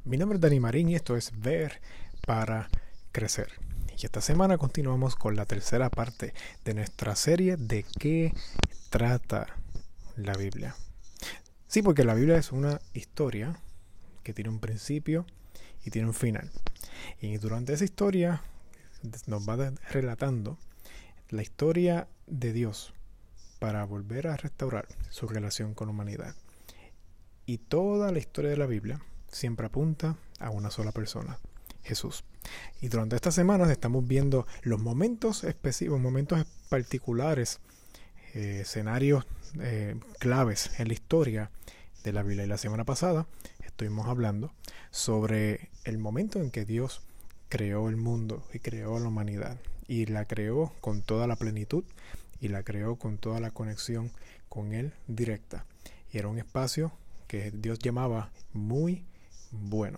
Mi nombre es Dani Marín y esto es Ver para Crecer. Y esta semana continuamos con la tercera parte de nuestra serie de qué trata la Biblia. Sí, porque la Biblia es una historia que tiene un principio y tiene un final. Y durante esa historia nos va relatando la historia de Dios para volver a restaurar su relación con la humanidad. Y toda la historia de la Biblia siempre apunta a una sola persona, Jesús. Y durante estas semanas estamos viendo los momentos específicos, momentos particulares, escenarios claves en la historia de la Biblia. Y la semana pasada estuvimos hablando sobre el momento en que Dios creó el mundo y creó la humanidad. Y la creó con toda la plenitud y la creó con toda la conexión con Él directa. Y era un espacio que Dios llamaba muy bueno.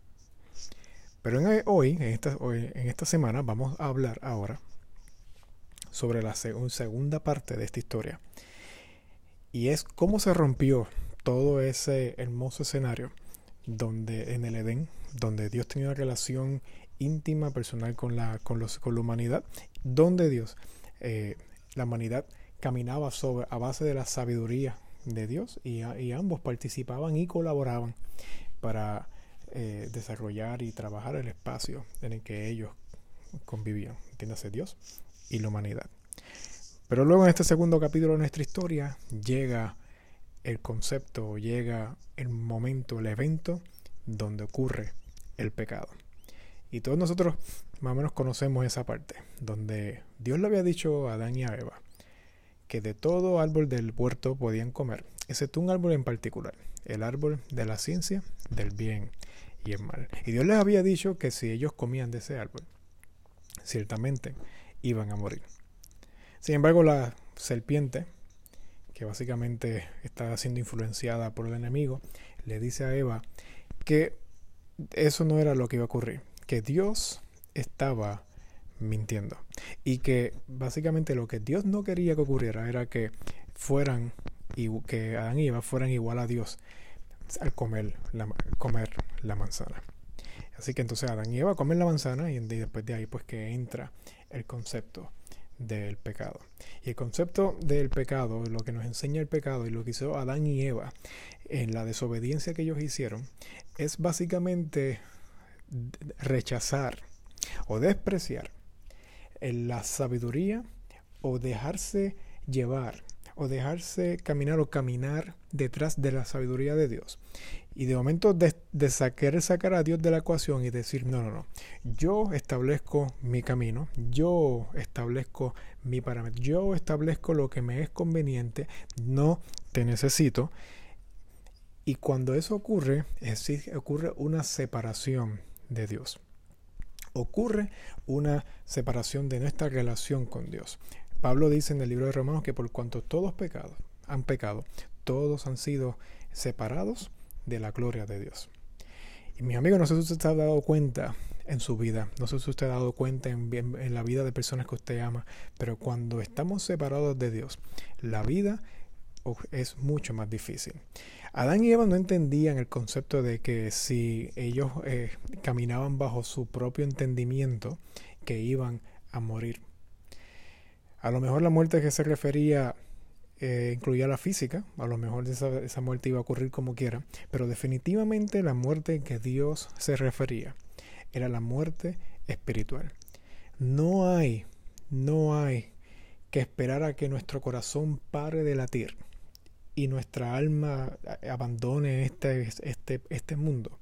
Pero en esta semana vamos a hablar ahora sobre la segunda parte de esta historia. Y es cómo se rompió todo ese hermoso escenario donde en el Edén, donde Dios tenía una relación íntima, personal con la humanidad, donde Dios, la humanidad caminaba a base de la sabiduría de Dios y ambos participaban y colaboraban para desarrollar y trabajar el espacio en el que ellos convivían, entiéndase, Dios y la humanidad. Pero luego en este segundo capítulo de nuestra historia llega el concepto, llega el momento, el evento donde ocurre el pecado. Y todos nosotros más o menos conocemos esa parte, donde Dios le había dicho a Adán y a Eva que de todo árbol del huerto podían comer, excepto un árbol en particular, el árbol de la ciencia del bien y el mal. Y Dios les había dicho que si ellos comían de ese árbol, ciertamente iban a morir. Sin embargo, la serpiente, que básicamente está siendo influenciada por el enemigo, le dice a Eva que eso no era lo que iba a ocurrir, que Dios estaba mintiendo y que básicamente lo que Dios no quería que ocurriera era que que Adán y Eva fueran igual a Dios al comer la manzana. Así que entonces Adán y Eva comen la manzana y después de ahí pues que entra el concepto del pecado. Y el concepto del pecado, lo que nos enseña el pecado y lo que hizo Adán y Eva en la desobediencia que ellos hicieron, es básicamente rechazar o despreciar la sabiduría o dejarse llevar o dejarse caminar o caminar detrás de la sabiduría de Dios. Y de momento de querer sacar a Dios de la ecuación y decir, no, yo establezco mi camino, yo establezco mi parámetro, yo establezco lo que me es conveniente, no te necesito. Y cuando eso ocurre, ocurre una separación de Dios. Ocurre una separación de nuestra relación con Dios. Pablo dice en el libro de Romanos que por cuanto todos han pecado, todos han sido separados de la gloria de Dios. Y mis amigos, no sé si usted se ha dado cuenta en su vida, no sé si usted ha dado cuenta en la vida de personas que usted ama, pero cuando estamos separados de Dios, la vida es mucho más difícil. Adán y Eva no entendían el concepto de que si ellos caminaban bajo su propio entendimiento, que iban a morir. A lo mejor la muerte que se refería incluía la física, a lo mejor esa muerte iba a ocurrir como quiera, pero definitivamente la muerte que Dios se refería era la muerte espiritual. No hay que esperar a que nuestro corazón pare de latir y nuestra alma abandone este mundo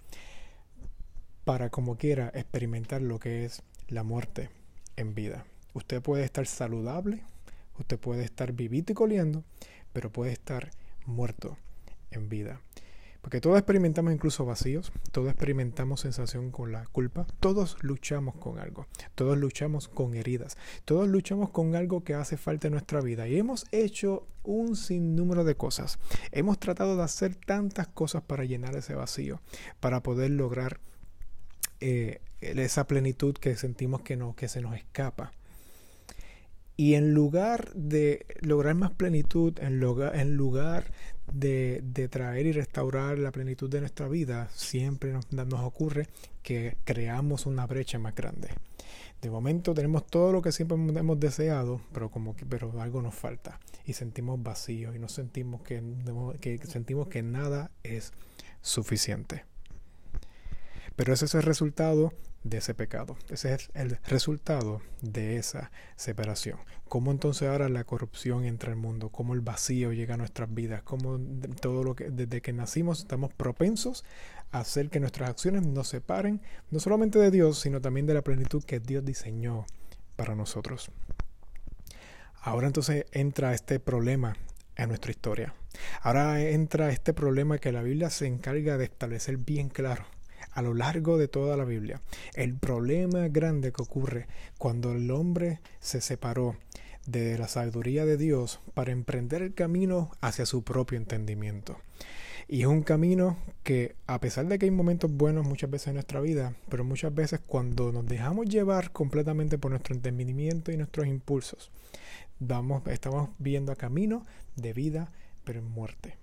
para como quiera experimentar lo que es la muerte en vida. Usted puede estar saludable, usted puede estar vivito y coleando, pero puede estar muerto en vida. Porque todos experimentamos incluso vacíos, todos experimentamos sensación con la culpa, todos luchamos con algo, todos luchamos con heridas, todos luchamos con algo que hace falta en nuestra vida y hemos hecho un sinnúmero de cosas. Hemos tratado de hacer tantas cosas para llenar ese vacío, para poder lograr esa plenitud que sentimos que se nos escapa. Y en lugar de lograr más plenitud, en lugar de traer y restaurar la plenitud de nuestra vida, siempre nos ocurre que creamos una brecha más grande. De momento tenemos todo lo que siempre hemos deseado, pero algo nos falta y sentimos vacío y sentimos que nada es suficiente. Pero ese es el resultado de ese pecado. Ese es el resultado de esa separación. Cómo entonces ahora la corrupción entra al mundo, cómo el vacío llega a nuestras vidas, cómo desde que nacimos estamos propensos a hacer que nuestras acciones nos separen, no solamente de Dios, sino también de la plenitud que Dios diseñó para nosotros. Ahora entonces entra este problema en nuestra historia. Ahora entra este problema que la Biblia se encarga de establecer bien claro a lo largo de toda la Biblia. El problema grande que ocurre cuando el hombre se separó de la sabiduría de Dios para emprender el camino hacia su propio entendimiento. Y es un camino que, a pesar de que hay momentos buenos muchas veces en nuestra vida, pero muchas veces cuando nos dejamos llevar completamente por nuestro entendimiento y nuestros impulsos, estamos viendo a camino de vida, pero en muerte.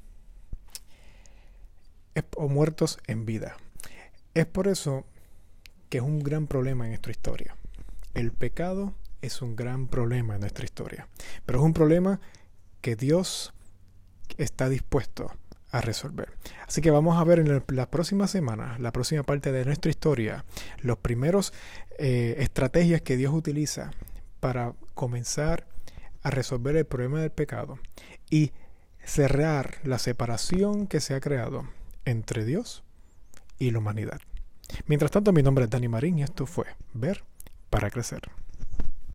O muertos en vida. Es por eso que es un gran problema en nuestra historia. El pecado es un gran problema en nuestra historia, pero es un problema que Dios está dispuesto a resolver. Así que vamos a ver en la próxima semana, la próxima parte de nuestra historia, los primeros estrategias que Dios utiliza para comenzar a resolver el problema del pecado y cerrar la separación que se ha creado entre Dios y la humanidad. Mientras tanto, mi nombre es Dani Marín y esto fue Ver para Crecer.